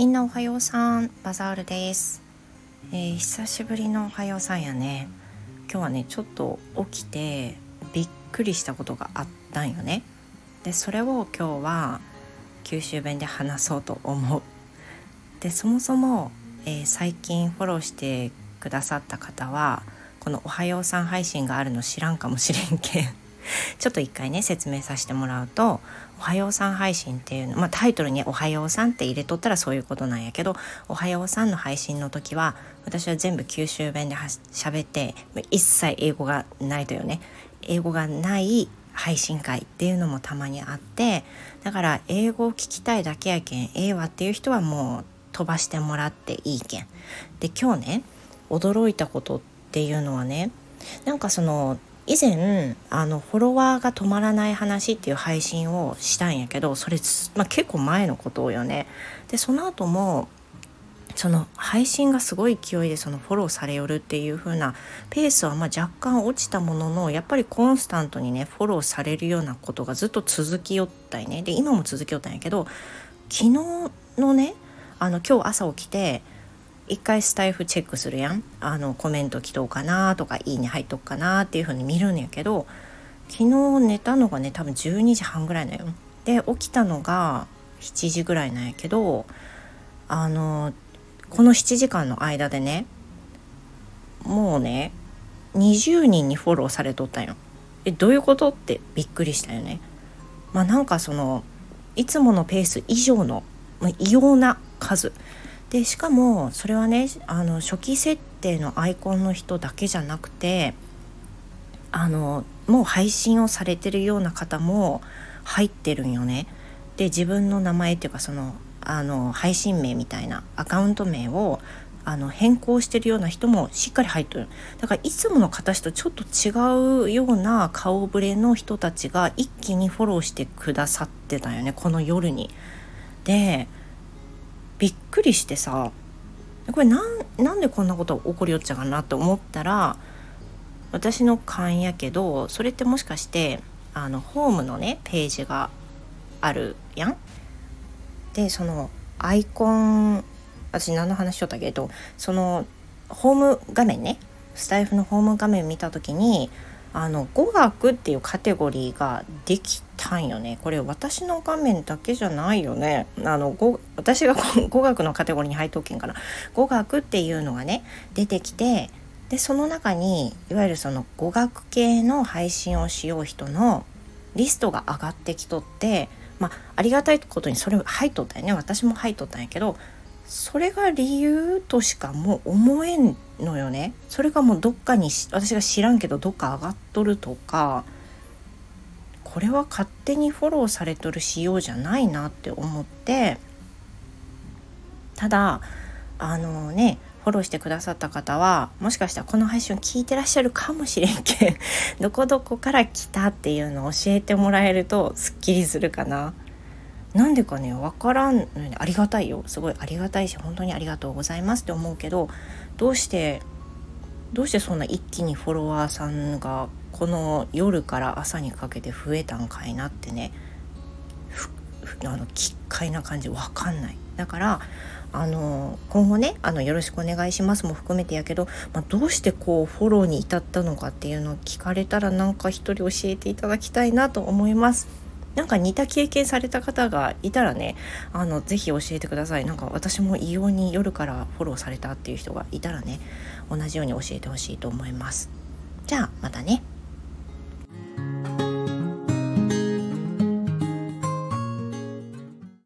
みんなおはようさん、バザールです。久しぶりのおはようさんやね。今日はねちょっと起きてびっくりしたことがあったんよね。でそれを今日は九州弁で話そうと思う。でそもそも、最近フォローしてくださった方はこのおはようさん配信があるの知らんかもしれんけんちょっと一回ね説明させてもらうと、おはようさん配信っていうの、タイトルにおはようさんって入れとったらそういうことなんやけど、おはようさんの配信の時は私は全部九州弁で喋って、一切英語がないとよね。英語がない配信会っていうのもたまにあって、だから英語を聞きたいだけやけんええわっていう人はもう飛ばしてもらっていいけん。で今日ね驚いたことっていうのはね、なんかその以前フォロワーが止まらない話っていう配信をしたんやけど、それ、結構前のことよね。でその後もその配信がすごい勢いでそのフォローされよるっていう風なペースは若干落ちたものの、やっぱりコンスタントにねフォローされるようなことがずっと続きよったんね。で今も続きよったんやけど、昨日のね今日朝起きて一回スタイフチェックするやん。コメント来とうかなとかいいね入っとくかなっていう風に見るんやけど、昨日寝たのがね多分12時半ぐらいなよ。で起きたのが7時ぐらいなんやけど、この7時間の間でねもうね20人にフォローされとったんよ。どういうことってびっくりしたよね。なんかそのいつものペース以上の、異様な数で、しかもそれはね初期設定のアイコンの人だけじゃなくてもう配信をされてるような方も入ってるんよね。で自分の名前っていうかその配信名みたいなアカウント名を変更してるような人もしっかり入ってる。だからいつもの形とちょっと違うような顔ぶれの人たちが一気にフォローしてくださってたよね、この夜に。でびっくりしてさ、これなんでこんなこと起こりよっちゃかなって思ったら、私の勘やけど、それってもしかしてホームのねページがあるやん。でそのアイコン、私何の話しよったけど、そのホーム画面ね、スタイフのホーム画面見た時に語学っていうカテゴリーができたんよね。これ私の画面だけじゃないよね。私が語学のカテゴリーに入っとけんかな。語学っていうのがね出てきて、でその中にいわゆるその語学系の配信をしよう人のリストが上がってきとって、ありがたいことにそれ入っとったよね。私も入っとったんやけど、それが理由としかもう思えんのよね。それがもうどっかに私が知らんけどどっか上がっとるとか、これは勝手にフォローされとる仕様じゃないなって思って、ただフォローしてくださった方はもしかしたらこの配信を聞いてらっしゃるかもしれんけんどこどこから来たっていうのを教えてもらえるとすっきりするかな。なんでかねわからん。ありがたいよ、すごいありがたいし本当にありがとうございますって思うけど、どうしてそんな一気にフォロワーさんがこの夜から朝にかけて増えたんかいなってね、奇怪な感じわかんない。だから今後ねよろしくお願いしますも含めてやけど、どうしてこうフォローに至ったのかっていうのを聞かれたら、なんか一人教えていただきたいなと思います。なんか似た経験された方がいたらねぜひ教えてください。なんか私も異様に夜からフォローされたっていう人がいたらね、同じように教えてほしいと思います。じゃあまたね。